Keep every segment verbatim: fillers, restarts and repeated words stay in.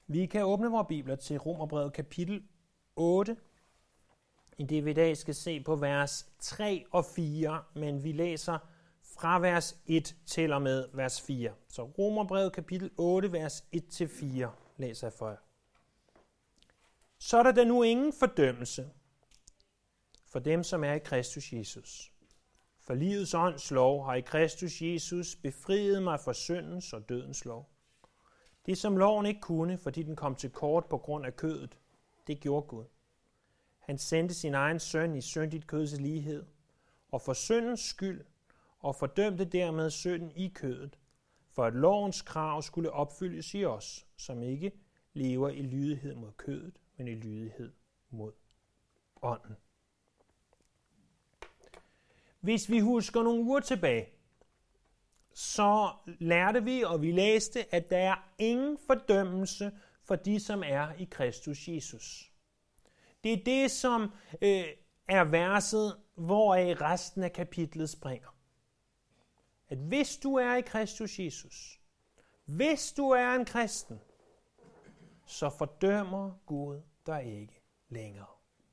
Vi kan åbne vores bibler til Romerbrevet kapitel otte, i det vi i dag skal se på vers tre og fire, men vi læser fra vers et til og med vers fire. Så Romerbrevet kapitel otte, vers et til fire læser jeg for jer. Så er der da nu ingen fordømmelse for dem, som er i Kristus Jesus. For livets ånds lov har i Kristus Jesus befriet mig fra syndens og dødens lov. Det, som loven ikke kunne, fordi den kom til kort på grund af kødet, det gjorde Gud. Han sendte sin egen søn i syndigt køds lighed, og for syndens skyld, og fordømte dermed synden i kødet, for at lovens krav skulle opfyldes i os, som ikke lever i lydighed mod kødet, men i lydighed mod ånden. Hvis vi husker nogle uger tilbage, så lærte vi, og vi læste, at der er ingen fordømmelse for de, som er i Kristus Jesus. Det er det, som øh, er verset, hvoraf resten af kapitlet springer. At hvis du er i Kristus Jesus, hvis du er en kristen, så fordømmer Gud dig ikke længere.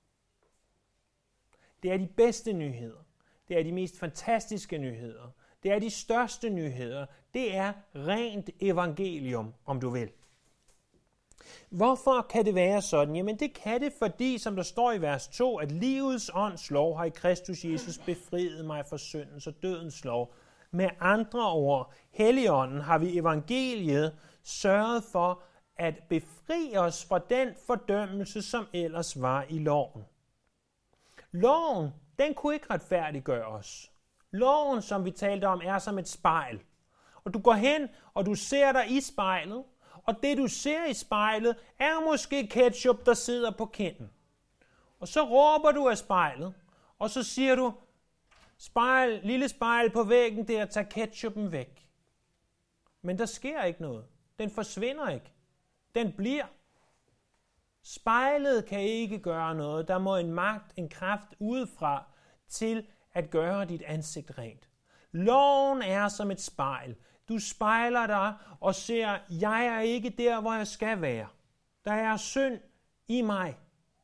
Det er de bedste nyheder. Det er de mest fantastiske nyheder. Det er de største nyheder. Det er rent evangelium, om du vil. Hvorfor kan det være sådan? Jamen det kan det, fordi, som der står i vers to, at livets ånds lov har i Kristus Jesus befriet mig fra syndens og dødens lov. Med andre ord, Helligånden har vi evangeliet sørget for at befri os fra den fordømmelse, som ellers var i loven. Loven, den kunne ikke retfærdiggøre os. Loven, som vi talte om, er som et spejl. Og du går hen, og du ser dig i spejlet, og det du ser i spejlet, er måske ketchup, der sidder på kinden. Og så råber du af spejlet, og så siger du, spejl, lille spejl på væggen der, tag ketchupen væk. Men der sker ikke noget. Den forsvinder ikke. Den bliver. Spejlet kan ikke gøre noget. Der må en magt, en kraft udefra til at gøre dit ansigt rent. Loven er som et spejl. Du spejler dig og ser, jeg er ikke der, hvor jeg skal være. Der er synd i mig.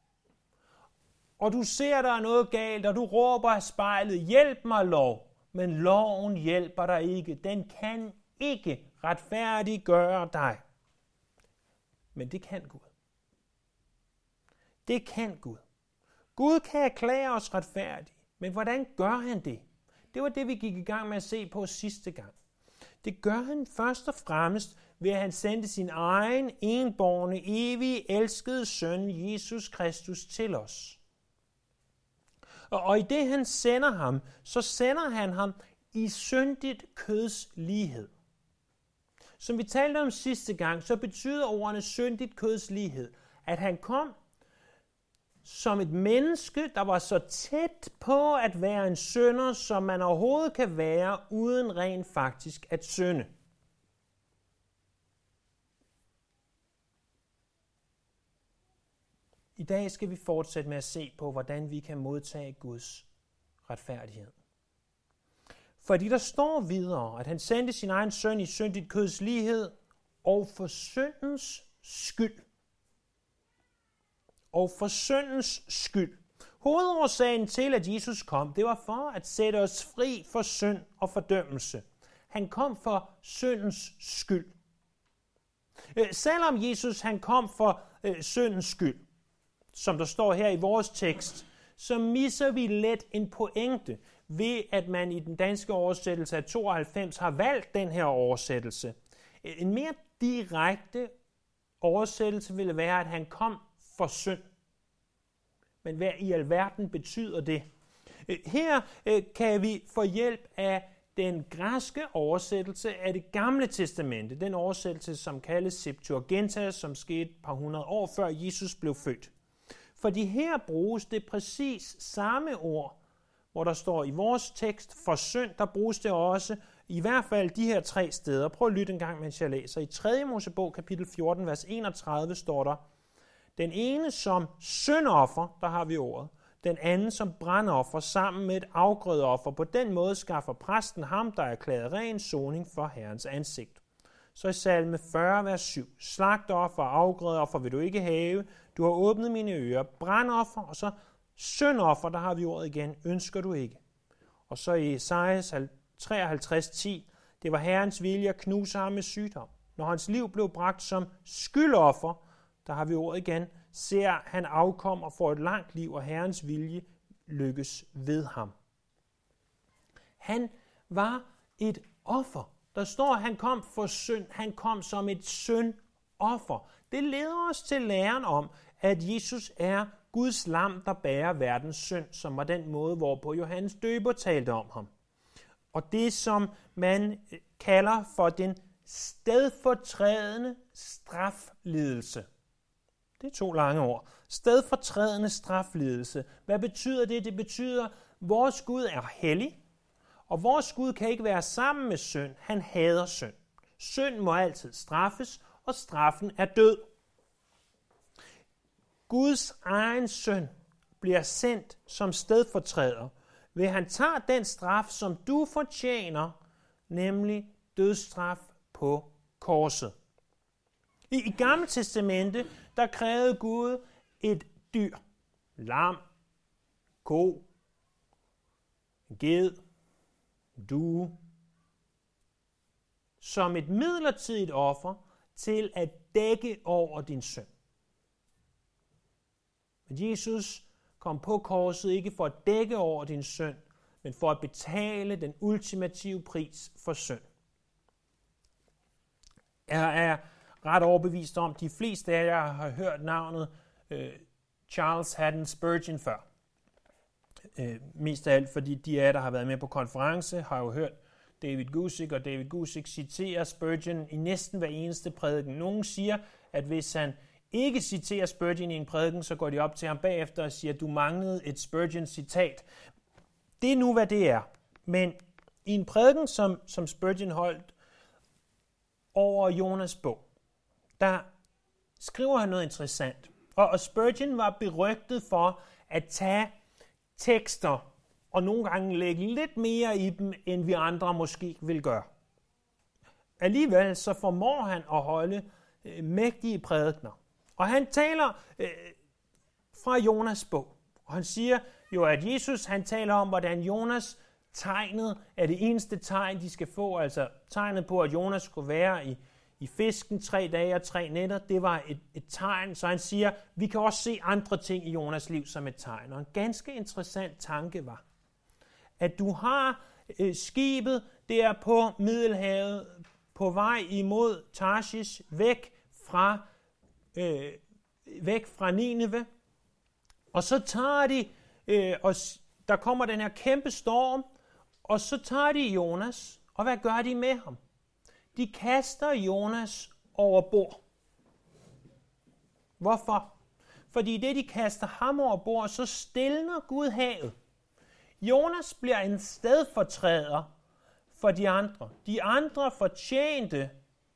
Og du ser, der er noget galt, og du råber af spejlet, hjælp mig lov. Men loven hjælper dig ikke. Den kan ikke retfærdiggøre dig. Men det kan Gud. Det kan Gud. Gud kan erklære os retfærdige. Men hvordan gør han det? Det var det, vi gik i gang med at se på sidste gang. Det gør han først og fremmest ved, at han sendte sin egen enbårne, evige, elskede søn, Jesus Kristus, til os. Og, og i det, han sender ham, så sender han ham i syndigt køds lighed. Som vi talte om sidste gang, så betyder ordene syndigt køds lighed, at han kom som et menneske, der var så tæt på at være en synder, som man overhovedet kan være, uden rent faktisk at synde. I dag skal vi fortsætte med at se på, hvordan vi kan modtage Guds retfærdighed. Fordi der står videre, at han sendte sin egen søn i syndigt køds lighed, og for syndens skyld. Og for syndens skyld. Hovedårsagen til, at Jesus kom, det var for at sætte os fri for synd og fordømmelse. Han kom for syndens skyld. Selvom Jesus han kom for øh, syndens skyld, som der står her i vores tekst, så misser vi let en pointe ved, at man i den danske oversættelse af tooghalvfems har valgt den her oversættelse. En mere direkte oversættelse ville være, at han kom for synd. Men hvad i alverden betyder det? Her kan vi få hjælp af den græske oversættelse af det gamle testamente, den oversættelse, som kaldes Septuaginta, som skete et par hundrede år før Jesus blev født. Fordi her bruges det præcis samme ord, hvor der står i vores tekst for synd, der bruges det også i hvert fald de her tre steder. Prøv at lytte en gang, mens jeg læser. I tredje Mosebog, kapitel fjorten, vers enogtredive, står der, den ene som syndoffer, der har vi ordet, den anden som brandoffer sammen med et afgrødeoffer. På den måde skaffer præsten ham, der er erklæret ren soning for Herrens ansigt. Så i salme fyrre, vers syv. Slagtoffer og afgrødeoffer vil du ikke have. Du har åbnet mine ører. Brandoffer, og så syndoffer, der har vi ordet igen, ønsker du ikke. Og så i Esajas treoghalvtreds ti. Det var Herrens vilje at knuse ham med sygdom. Når hans liv blev bragt som skyldoffer, der har vi ordet igen, ser han afkom og får et langt liv, og Herrens vilje lykkes ved ham. Han var et offer. Der står, at han kom for synd. Han kom som et syndoffer. Det leder os til læren om, at Jesus er Guds lam, der bærer verdens synd, som var den måde, hvorpå Johannes døber talte om ham. Og det, som man kalder for den stedfortrædende straflidelse. Det er to lange ord. Stedfortrædende straflidelse. Hvad betyder det? Det betyder, at vores Gud er hellig, og vores Gud kan ikke være sammen med synd. Han hader synd. Synd må altid straffes, og straffen er død. Guds egen søn bliver sendt som stedfortræder, ved han tager den straf, som du fortjener, nemlig dødsstraf på korset. I, i Gamle Testamente, der krævede Gud et dyr, lam, ko, ged, due, som et midlertidigt offer til at dække over din synd. Men Jesus kom på korset ikke for at dække over din synd, men for at betale den ultimative pris for synd. Jeg er ret overbevist om, at de fleste af jer har hørt navnet øh, Charles Haddon Spurgeon før. Øh, mest af alt, fordi de af jer, der har været med på konference, har jo hørt David Guzik, og David Guzik citerer Spurgeon i næsten hver eneste prædiken. Nogen siger, at hvis han ikke citerer Spurgeon i en prædiken, så går de op til ham bagefter og siger, at du manglede et Spurgeon-citat. Det er nu, hvad det er. Men i en prædiken, som, som Spurgeon holdt over Jonas bog, der skriver han noget interessant. Og, og Spurgeon var berygtet for at tage tekster og nogle gange lægge lidt mere i dem, end vi andre måske vil gøre. Alligevel så formår han at holde øh, mægtige prædikener. Og han taler øh, fra Jonas bog. Og han siger jo, at Jesus han taler om, hvordan Jonas tegnet er det eneste tegn, de skal få. Altså tegnet på, at Jonas skulle være i, i fisken tre dage og tre nætter. Det var et, et tegn. Så han siger, vi kan også se andre ting i Jonas liv som et tegn. Og en ganske interessant tanke var, at du har øh, skibet der på Middelhavet på vej imod Tarshish, væk fra øh, væk fra Nineve, og så tager de, øh, og der kommer den her kæmpe storm, og så tager de Jonas, og hvad gør de med ham? De kaster Jonas over bord. Hvorfor? Fordi det, de kaster ham over bord, så stilner Gud havet. Jonas bliver en stedfortræder for de andre. De andre fortjente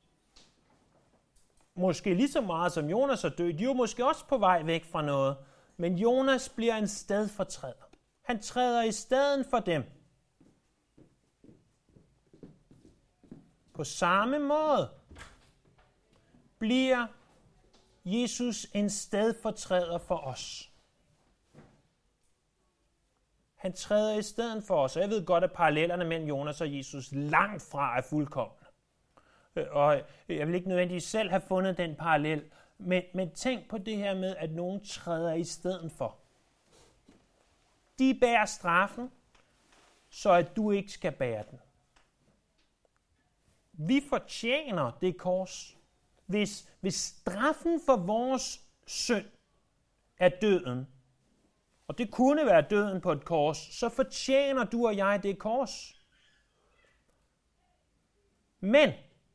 måske lige så meget som Jonas er død. De var måske også på vej væk fra noget. Men Jonas bliver en stedfortræder. Han træder i stedet for dem. På samme måde bliver Jesus en stedfortræder for os. Han træder i stedet for os. Og jeg ved godt, at parallellerne mellem Jonas og Jesus langt fra er fuldkomne. Og jeg vil ikke nødvendigvis selv have fundet den parallel, men, men tænk på det her med, at nogen træder i stedet for. De bærer straffen, så at du ikke skal bære den. Vi fortjener det kors. Hvis, hvis straffen for vores synd er døden, og det kunne være døden på et kors, så fortjener du og jeg det kors. Men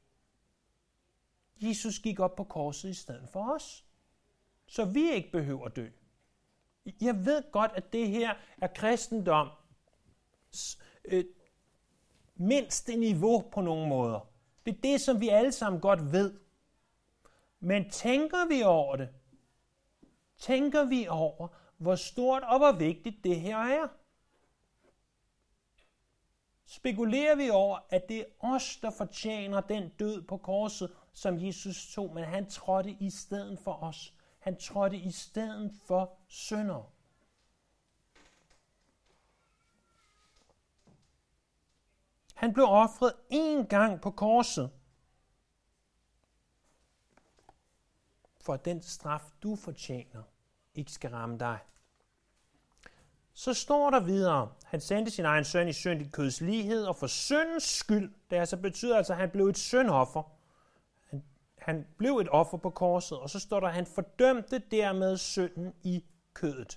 Jesus gik op på korset i stedet for os, så vi ikke behøver dø. Jeg ved godt, at det her er kristendom øh, mindste niveau på nogle måder. Det er det, som vi alle sammen godt ved. Men tænker vi over det? Tænker vi over, hvor stort og hvor vigtigt det her er? spekulerer vi over, at det er os, der fortjener den død på korset, som Jesus tog, men han trådte i stedet for os. Han trådte i stedet for syndere. Han blev ofret én gang på korset, for at den straf, du fortjener, ikke skal ramme dig. Så står der videre, han sendte sin egen søn i syndig køds lighed, og for syndens skyld, det altså betyder altså, at han blev et syndoffer. Han, han blev et offer på korset, og så står der, at han fordømte dermed synden i kødet.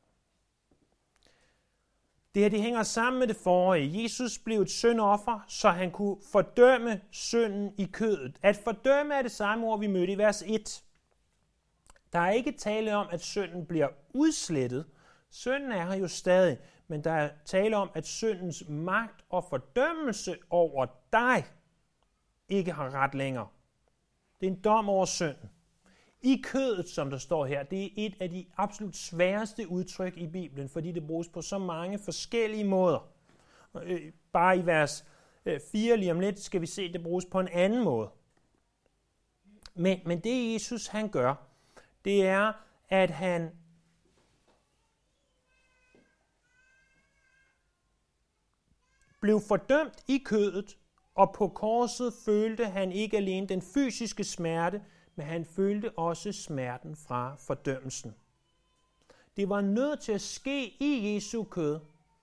Det her, det hænger sammen med det forrige. Jesus blev et syndoffer, så han kunne fordømme synden i kødet. At fordømme er det samme ord, vi mødte i vers et. Der er ikke tale om, at synden bliver udslettet. Synden er her jo stadig, men der er tale om, at syndens magt og fordømmelse over dig ikke har ret længere. Det er en dom over synden. I kødet, som der står her, det er et af de absolut sværeste udtryk i Bibelen, fordi det bruges på så mange forskellige måder. Bare i vers fire lige om lidt skal vi se, at det bruges på en anden måde. Men, men det Jesus han gør, det er, at han blev fordømt i kødet, og på korset følte han ikke alene den fysiske smerte, men han følte også smerten fra fordømmelsen. Det var nødt til at ske i Jesu kød,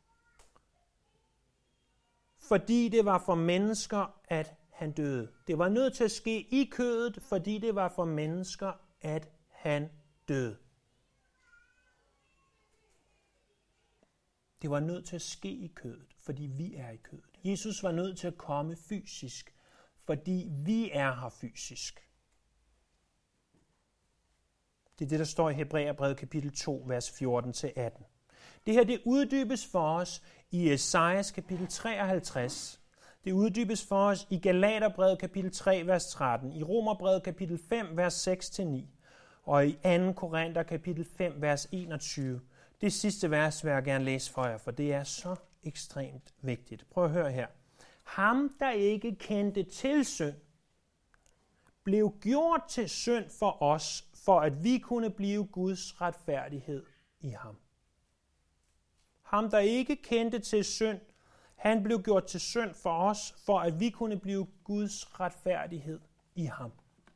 fordi det var for mennesker, at han døde. Det var nødt til at ske i kødet, fordi det var for mennesker, at han døde. Det var nødt til at ske i kødet, fordi vi er i kødet. Jesus var nødt til at komme fysisk, fordi vi er her fysisk. Det er det, der står i Hebræerbrevet kapitel to, vers fjorten til atten. Det her, det uddybes for os i Esajas kapitel treoghalvtreds. Det uddybes for os i Galaterbrevet kapitel tre, vers tretten. I Romerbrevet kapitel fem, vers seks til ni. Og i anden Korinther kapitel fem, vers enogtyve. Det sidste vers vil jeg gerne læse for jer, for det er så ekstremt vigtigt. Prøv at høre her. Ham, der ikke kendte til synd, blev gjort til synd for os, for at vi kunne blive Guds retfærdighed i ham. Ham, der ikke kendte til synd, han blev gjort til synd for os, for at vi kunne blive Guds retfærdighed i ham.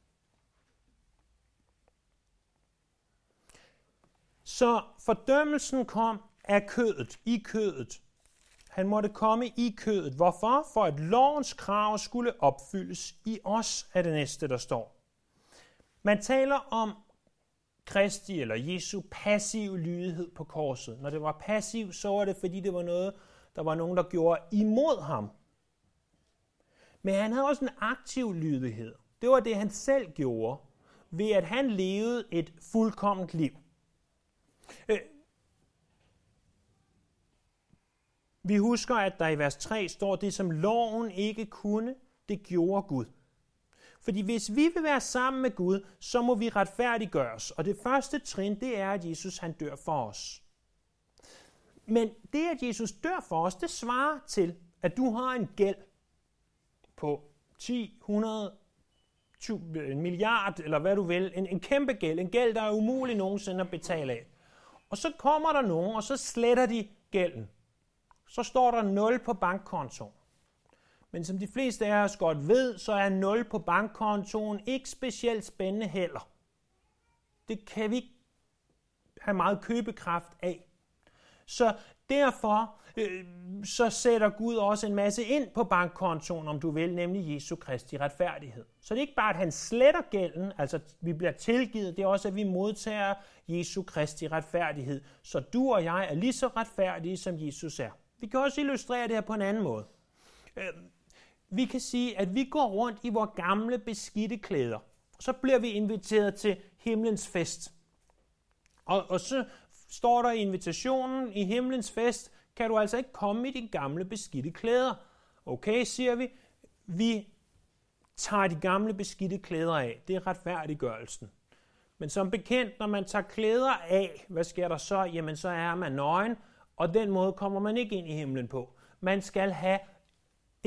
Så fordømmelsen kom af kødet, i kødet. Han måtte komme i kødet. Hvorfor? For at lovens krav skulle opfyldes i os, er det næste, der står. Man taler om Kristi eller Jesu passiv lydighed på korset. Når det var passiv, så var det, fordi det var noget, der var nogen, der gjorde imod ham. Men han havde også en aktiv lydighed. Det var det, han selv gjorde, ved at han levede et fuldkomment liv. Vi husker, at der i vers tre står, det som loven ikke kunne, det gjorde Gud. Fordi hvis vi vil være sammen med Gud, så må vi retfærdiggøres. Og det første trin, det er, at Jesus han dør for os. Men det, at Jesus dør for os, det svarer til, at du har en gæld på ti, hundrede, en milliard, eller hvad du vil. En, en kæmpe gæld. En gæld, der er umulig nogensinde at betale af. Og så kommer der nogen, og så sletter de gælden. Så står der nul på bankkontoen. Men som de fleste af os godt ved, så er nul på bankkontoen ikke specielt spændende heller. Det kan vi ikke have meget købekraft af. Så derfor øh, så sætter Gud også en masse ind på bankkontoen, om du vil, nemlig Jesu Kristi retfærdighed. Så det er ikke bare, at han sletter gælden, altså vi bliver tilgivet, det er også, at vi modtager Jesu Kristi retfærdighed. Så du og jeg er lige så retfærdige, som Jesus er. Vi kan også illustrere det her på en anden måde. Øh, Vi kan sige, at vi går rundt i vores gamle beskidte klæder. Så bliver vi inviteret til himlens fest. Og, og så står der i invitationen i himlens fest, kan du altså ikke komme i de gamle beskidte klæder. Okay, siger vi. Vi tager de gamle beskidte klæder af. Det er retfærdiggørelsen. Men som bekendt, når man tager klæder af, hvad sker der så? Jamen så er man nøgen, og den måde kommer man ikke ind i himlen på. Man skal have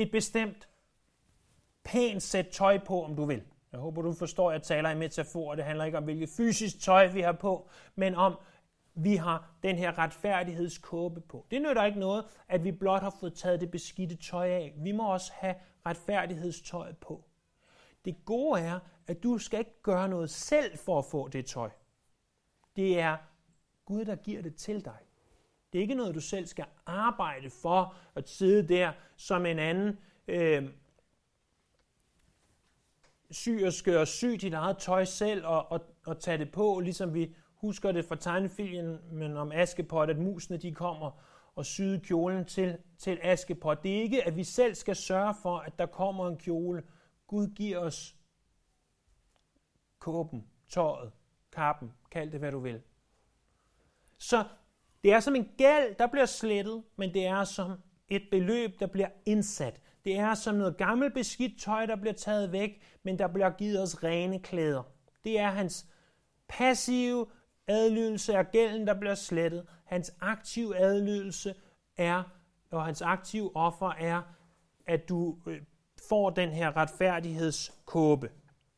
et bestemt pænt sæt tøj på, om du vil. Jeg håber, du forstår, at jeg taler i metafor. Det handler ikke om, hvilket fysisk tøj vi har på, men om, vi har den her retfærdighedskåbe på. Det nytter ikke noget, at vi blot har fået taget det beskidte tøj af. Vi må også have retfærdighedstøjet på. Det gode er, at du skal ikke gøre noget selv for at få det tøj. Det er Gud, der giver det til dig. Det er ikke noget, du selv skal arbejde for at sidde der som en anden øh, syerske og sy dit eget tøj selv og, og, og tage det på, ligesom vi husker det fra tegnefilmen om Askepot, at musene de kommer og syede kjolen til, til Askepot. Det er ikke, at vi selv skal sørge for, at der kommer en kjole. Gud giver os kåben, tøjet, kappen, kald det hvad du vil. Så det er som en gæld, der bliver slettet, men det er som et beløb, der bliver indsat. Det er som noget gammelt beskidt tøj, der bliver taget væk, men der bliver givet os rene klæder. Det er hans passive adlydelse af gælden, der bliver slettet. Hans aktive adlydelse er, og hans aktive offer er, at du får den her retfærdighedskåbe.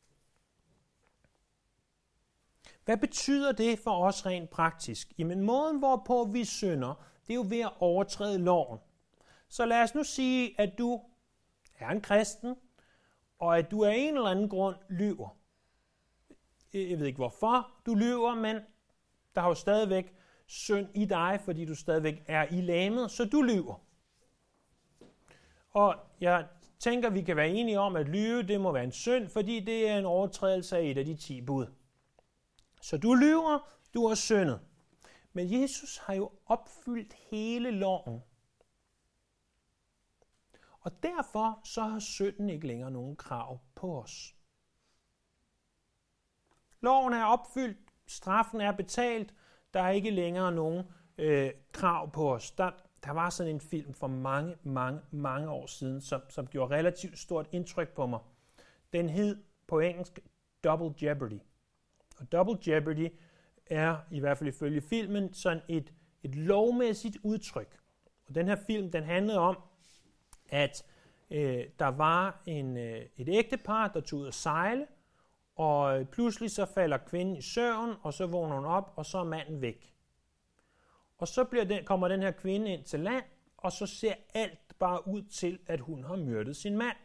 Hvad betyder det for os rent praktisk? Jamen måden, hvorpå vi synder, det er jo ved at overtræde loven. Så lad os nu sige, at du er en kristen, og at du af en eller anden grund lyver. Jeg ved ikke hvorfor du lyver, men der har jo stadigvæk synd i dig, fordi du stadigvæk er i lamet, så du lyver. Og jeg tænker, vi kan være enige om, at lyve, det må være en synd, fordi det er en overtrædelse af et af de ti bud. Så du lyver, du har syndet. Men Jesus har jo opfyldt hele loven. Og derfor så har synden ikke længere nogen krav på os. Loven er opfyldt, straffen er betalt, der er ikke længere nogen øh, krav på os. Der, der var sådan en film for mange, mange, mange år siden, som, som gjorde relativt stort indtryk på mig. Den hed på engelsk Double Jeopardy. Og Double Jeopardy er, i hvert fald ifølge filmen, sådan et, et lovmæssigt udtryk. Og den her film, den handlede om, at øh, der var en, øh, et ægtepar, der tog ud at sejle, og pludselig så falder kvinden i søvn, og så vågner hun op, og så er manden væk. Og så bliver den, kommer den her kvinde ind til land, og så ser alt bare ud til, at hun har myrdet sin mand.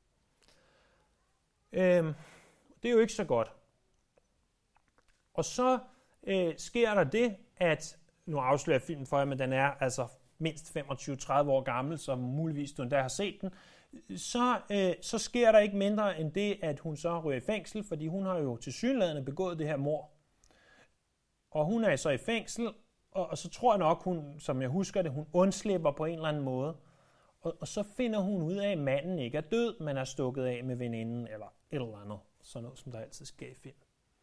Øh, det er jo ikke så godt. Og så øh, sker der det, at, nu afslører jeg filmen for jer, men den er altså mindst femogtyve til tredive år gammel, så muligvis du endda har set den, så, øh, så sker der ikke mindre end det, at hun så ryger i fængsel, fordi hun har jo tilsyneladende begået det her mord. Og hun er så i fængsel, og, og så tror jeg nok, hun, som jeg husker det, hun undslipper på en eller anden måde. Og, og så finder hun ud af, at manden ikke er død, men er stukket af med veninden, eller et eller andet, sådan noget, som der altid sker i film.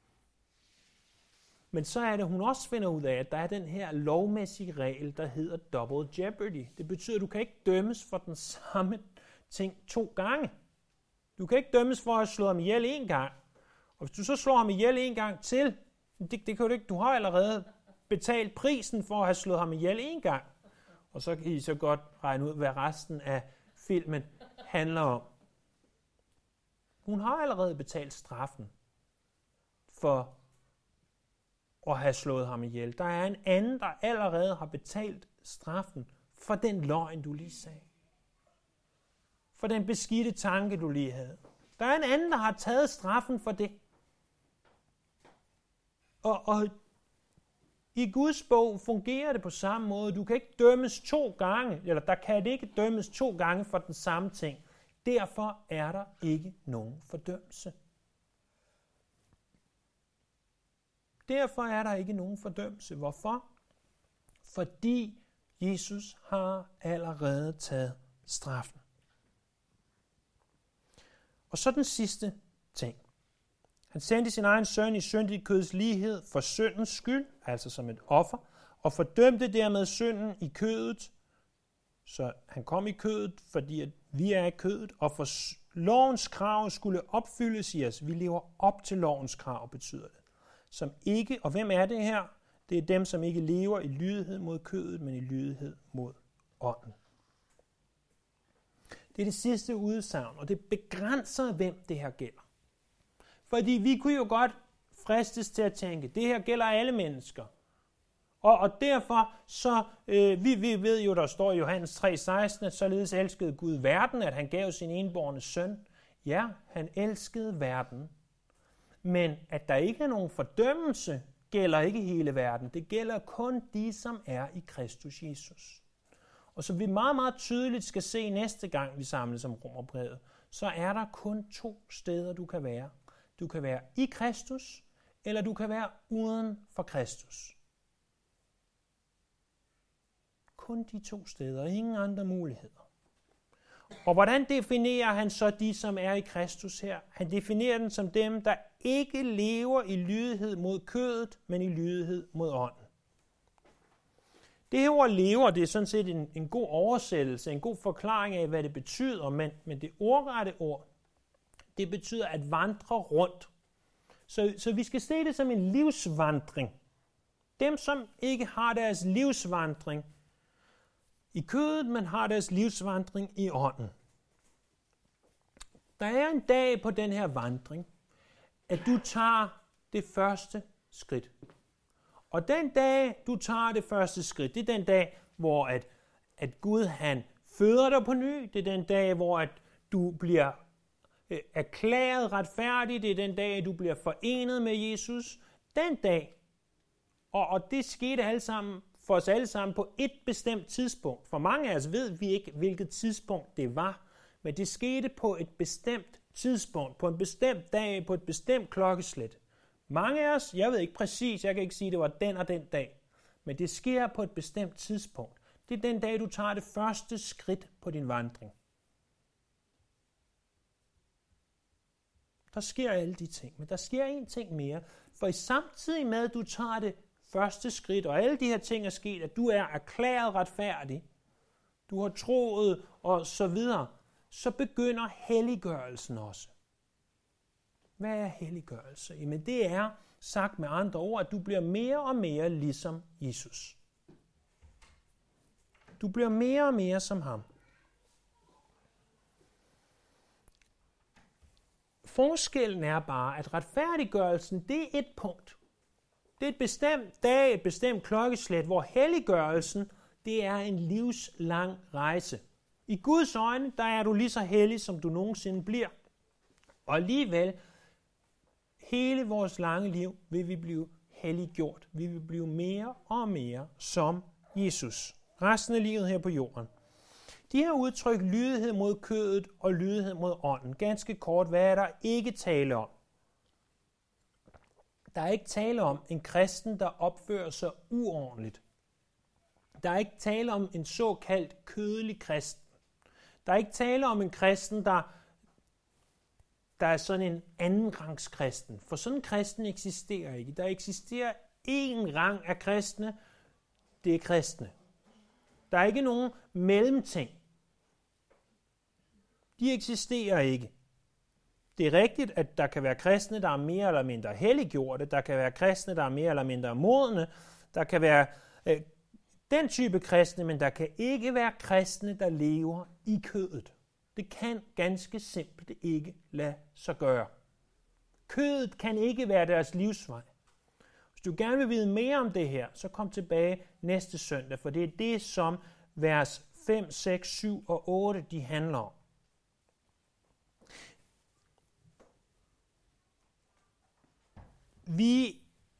Men så er det, hun også finder ud af, at der er den her lovmæssige regel, der hedder Double Jeopardy. Det betyder, at du kan ikke dømmes for den samme ting to gange. Du kan ikke dømmes for at have slået ham ihjel en gang. Og hvis du så slår ham ihjel en gang til, det, det kan du ikke. Du har allerede betalt prisen for at have slået ham ihjel en gang. Og så kan I så godt regne ud, hvad resten af filmen handler om. Hun har allerede betalt straffen for og have slået ham ihjel. Der er en anden, der allerede har betalt straffen for den løgn, du lige sagde. For den beskidte tanke, du lige havde. Der er en anden, der har taget straffen for det. Og, og i Guds bog fungerer det på samme måde. Du kan ikke dømmes to gange, eller der kan det ikke dømmes to gange for den samme ting. Derfor er der ikke nogen fordømmelse. Derfor er der ikke nogen fordømmelse. Hvorfor? Fordi Jesus har allerede taget straffen. Og så den sidste ting. Han sendte sin egen søn i syndigt køds lighed for syndens skyld, altså som et offer, og fordømte dermed synden i kødet. Så han kom i kødet, fordi at vi er i kødet, og for lovens krav skulle opfyldes i os. Vi lever op til lovens krav, betyder det. Som ikke, og hvem er det her? Det er dem, som ikke lever i lydighed mod kødet, men i lydighed mod ånden. Det er det sidste udsagn, og det begrænser, hvem det her gælder. Fordi vi kunne jo godt fristes til at tænke, det her gælder alle mennesker. Og, og derfor, så, øh, vi, vi ved jo, der står i Johannes tre seksten, at således elskede Gud verden, at han gav sin enbårne søn. Ja, han elskede verden. Men at der ikke er nogen fordømmelse, gælder ikke hele verden. Det gælder kun de, som er i Kristus Jesus. Og som vi meget, meget tydeligt skal se næste gang, vi samles om Romerbrevet, så er der kun to steder, du kan være. Du kan være i Kristus, eller du kan være uden for Kristus. Kun de to steder, ingen andre muligheder. Og hvordan definerer han så de, som er i Kristus her? Han definerer dem som dem, der ikke lever i lydighed mod kødet, men i lydighed mod ånden. Det her ord lever, det er sådan set en, en god oversættelse, en god forklaring af, hvad det betyder, men, men det ordrette ord, det betyder at vandre rundt. Så, så vi skal se det som en livsvandring. Dem, som ikke har deres livsvandring i kødet, men har deres livsvandring i ånden. Der er en dag på den her vandring, at du tager det første skridt. Og den dag, du tager det første skridt, det er den dag, hvor at, at Gud han føder dig på ny. Det er den dag, hvor at du bliver øh, erklæret retfærdig. Det er den dag, du bliver forenet med Jesus. Den dag, og, og det skete alle sammen for os alle sammen på et bestemt tidspunkt. For mange af os ved vi ikke, hvilket tidspunkt det var, men det skete på et bestemt tidspunkt, på en bestemt dag, på et bestemt klokkeslæt. Mange af os, jeg ved ikke præcis, jeg kan ikke sige, at det var den og den dag, men det sker på et bestemt tidspunkt. Det er den dag, du tager det første skridt på din vandring. Der sker alle de ting, men der sker en ting mere, for i samtidig med, at du tager det første skridt, og alle de her ting er sket, at du er erklæret retfærdig, du har troet og så videre, så begynder helliggørelsen også. Hvad er helliggørelse? Jamen det er, sagt med andre ord, at du bliver mere og mere ligesom Jesus. Du bliver mere og mere som ham. Forskellen er bare, at retfærdiggørelsen, det er et punkt. Det er et bestemt dag, et bestemt klokkeslæt, hvor helliggørelsen, det er en livslang rejse. I Guds øjne, der er du lige så hellig, som du nogensinde bliver. Og alligevel, hele vores lange liv vil vi blive helliggjort. Vi vil blive mere og mere som Jesus. Resten af livet her på jorden. De her udtryk, lydighed mod kødet og lydighed mod ånden. Ganske kort, hvad er der ikke tale om? Der er ikke tale om en kristen, der opfører sig uordentligt. Der er ikke tale om en såkaldt kødelig kristen. Der er ikke tale om en kristen, der, der er sådan en andenrangs kristen. For sådan en kristen eksisterer ikke. Der eksisterer én rang af kristne. Det er kristne. Der er ikke nogen mellemting. De eksisterer ikke. Det er rigtigt, at der kan være kristne, der er mere eller mindre helliggjorte. Der kan være kristne, der er mere eller mindre modne. Der kan være øh, den type kristne, men der kan ikke være kristne, der lever i kødet. Det kan ganske simpelt ikke lade sig gøre. Kødet kan ikke være deres livsvej. Hvis du gerne vil vide mere om det her, så kom tilbage næste søndag, for det er det, som vers fem, seks, syv og otte de handler om. Vi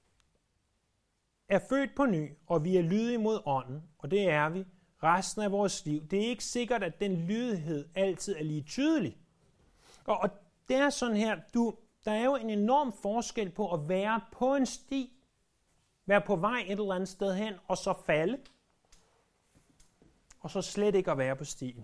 er født på ny, og vi er lydige mod ånden, og det er vi resten af vores liv. Det er ikke sikkert, at den lydighed altid er lige tydelig. Og, og det er sådan her, du, der er jo en enorm forskel på at være på en sti, være på vej et eller andet sted hen, og så falde, og så slet ikke at være på stien.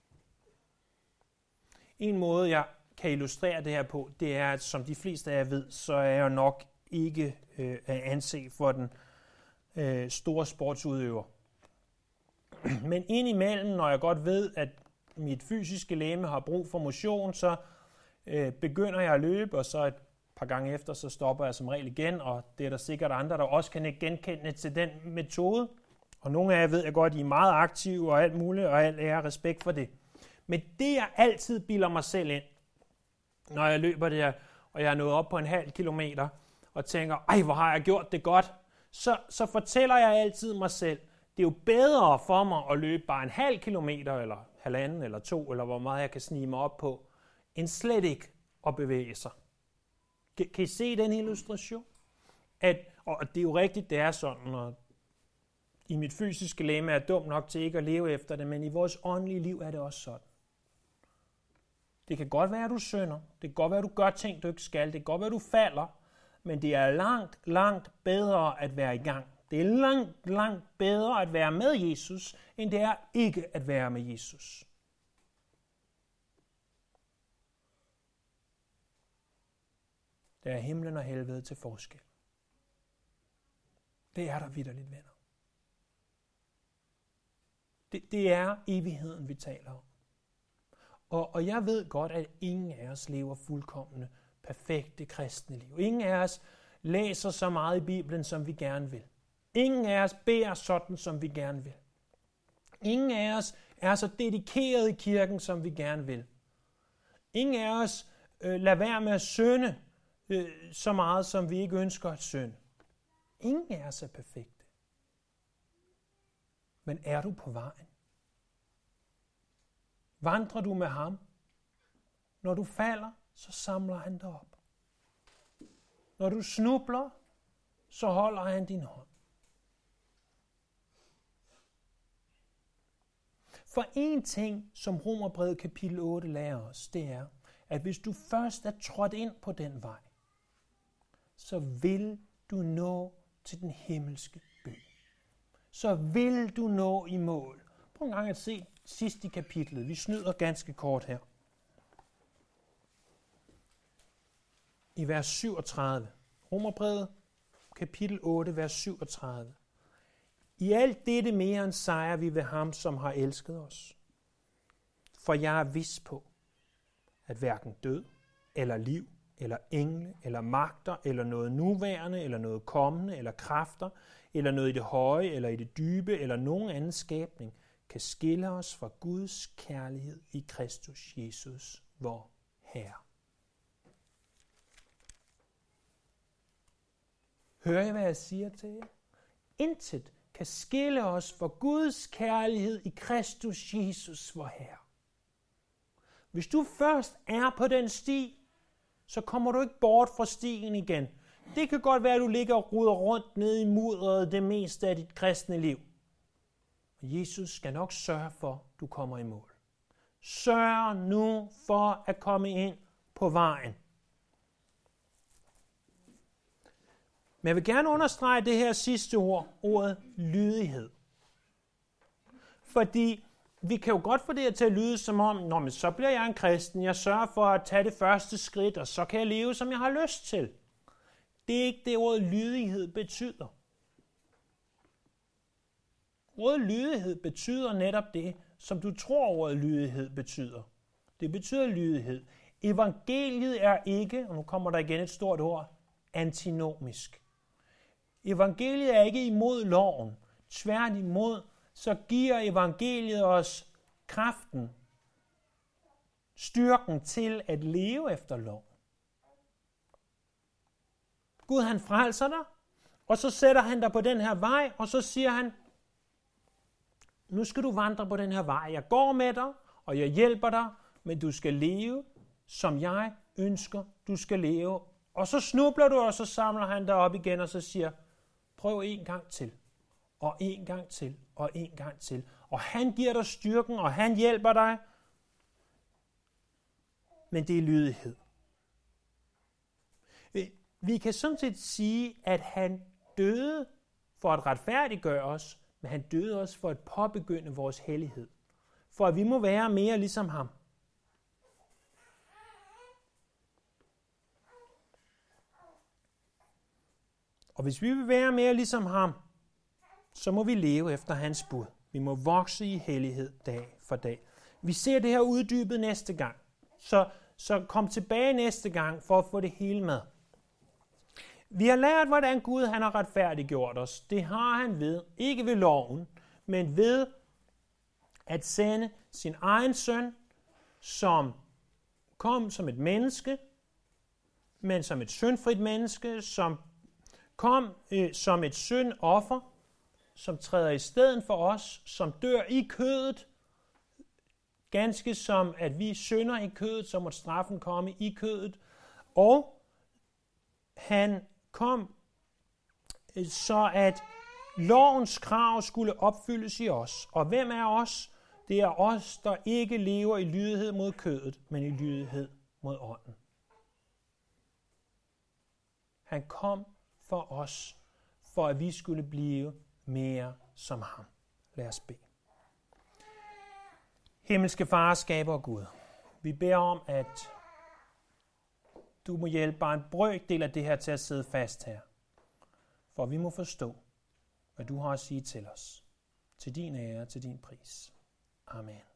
En måde, jeg kan illustrere det her på, det er, at som de fleste af jer ved, så er jeg nok ikke øh, at anse for den øh, store sportsudøver. Men indimellem, når jeg godt ved, at mit fysiske legeme har brug for motion, så øh, begynder jeg at løbe, og så et par gange efter, så stopper jeg som regel igen, og det er der sikkert andre, der også kan genkende til den metode. Og nogle af jer ved jeg godt, at I er meget aktive og alt muligt, og alt ære respekt for det. Men det, jeg altid bilder mig selv ind, når jeg løber der, og jeg er nået op på en halv kilometer, og tænker, ej, hvor har jeg gjort det godt, så, så fortæller jeg altid mig selv, det er jo bedre for mig at løbe bare en halv kilometer, eller halvanden, eller to, eller hvor meget jeg kan snige mig op på, end slet ikke at bevæge sig. Kan, kan I se den illustration? At, og det er jo rigtigt, det er sådan, og i mit fysiske legeme er jeg dum nok til ikke at leve efter det, men i vores åndelige liv er det også sådan. Det kan godt være, at du synder. Det kan godt være, at du gør ting, du ikke skal. Det kan godt være, at du falder. Men det er langt, langt bedre at være i gang. Det er langt, langt bedre at være med Jesus, end det er ikke at være med Jesus. Der er himlen og helvede til forskel. Det er der vitterligt, venner. Det, det er evigheden, vi taler om. Og, og jeg ved godt, at ingen af os lever fuldkomne, perfekte kristne liv. Ingen af os læser så meget i Bibelen, som vi gerne vil. Ingen af os beder sådan, som vi gerne vil. Ingen af os er så dedikeret i kirken, som vi gerne vil. Ingen af os øh, lader være med at synde øh, så meget, som vi ikke ønsker at synde. Ingen af os er perfekte. Men er du på vejen? Vandrer du med ham? Når du falder, så samler han dig op. Når du snubler, så holder han din hånd. For en ting, som Romerbrevet kapitel otte lærer os, det er, at hvis du først er trådt ind på den vej, så vil du nå til den himmelske by. Så vil du nå i mål. Prøv en gang at se sidst i kapitlet. Vi snyder ganske kort her. I vers syvogtredive. Romerbrevet kapitel otte, vers syvogtredive. I alt dette mere end sejrer vi ved ham, som har elsket os. For jeg er vis på, at hverken død, eller liv, eller engle, eller magter, eller noget nuværende, eller noget kommende, eller kræfter, eller noget i det høje, eller i det dybe, eller nogen anden skabning, kan skille os fra Guds kærlighed i Kristus Jesus, vor Herre. Hører I, hvad jeg siger til jer? Intet kan skille os fra Guds kærlighed i Kristus Jesus, vor Herre. Hvis du først er på den sti, så kommer du ikke bort fra stien igen. Det kan godt være, at du ligger og ruder rundt nede i mudderet det meste af dit kristne liv. Men Jesus skal nok sørge for, at du kommer i mål. Sørg nu for at komme ind på vejen. Men jeg vil gerne understrege det her sidste ord, ordet lydighed. Fordi vi kan jo godt få det til at lyde som om, Nå, men så bliver jeg en kristen, jeg sørger for at tage det første skridt, og så kan jeg leve, som jeg har lyst til. Det er ikke det, ordet lydighed betyder. Ordet lydighed betyder netop det, som du tror ordet lydighed betyder. Det betyder lydighed. Evangeliet er ikke, og nu kommer der igen et stort ord, antinomisk. Evangeliet er ikke imod loven. Tværtimod, så giver evangeliet os kraften, styrken til at leve efter loven. Gud, han frelser dig, og så sætter han dig på den her vej, og så siger han, nu skal du vandre på den her vej. Jeg går med dig, og jeg hjælper dig, men du skal leve, som jeg ønsker, du skal leve. Og så snubler du, og så samler han dig op igen, og så siger, prøv en gang til, og en gang til, og en gang til. Og han giver dig styrken, og han hjælper dig. Men det er lydighed. Vi kan sådan set sige, at han døde for at retfærdiggøre os, men han døde også for at påbegynde vores hellighed. For at vi må være mere ligesom ham. Og hvis vi vil være mere ligesom ham, så må vi leve efter hans bud. Vi må vokse i hellighed dag for dag. Vi ser det her uddybet næste gang. Så, så kom tilbage næste gang for at få det hele med. Vi har lært, hvordan Gud han har retfærdiggjort os. Det har han ved, ikke ved loven, men ved at sende sin egen søn som kom som et menneske, men som et syndfrit menneske, som kom øh, som et syndoffer, som træder i stedet for os, som dør i kødet, ganske som at vi synder i kødet, så må straffen komme i kødet. Og han kom, øh, så at lovens krav skulle opfyldes i os. Og hvem er os? Det er os, der ikke lever i lydighed mod kødet, men i lydighed mod ånden. Han kom for os, for at vi skulle blive mere som ham. Lad os bede. Himmelske Far, skaber Gud, vi beder om, at du må hjælpe bare en brøkdel af det her til at sidde fast her, for vi må forstå, hvad du har at sige til os, til din ære, til din pris. Amen.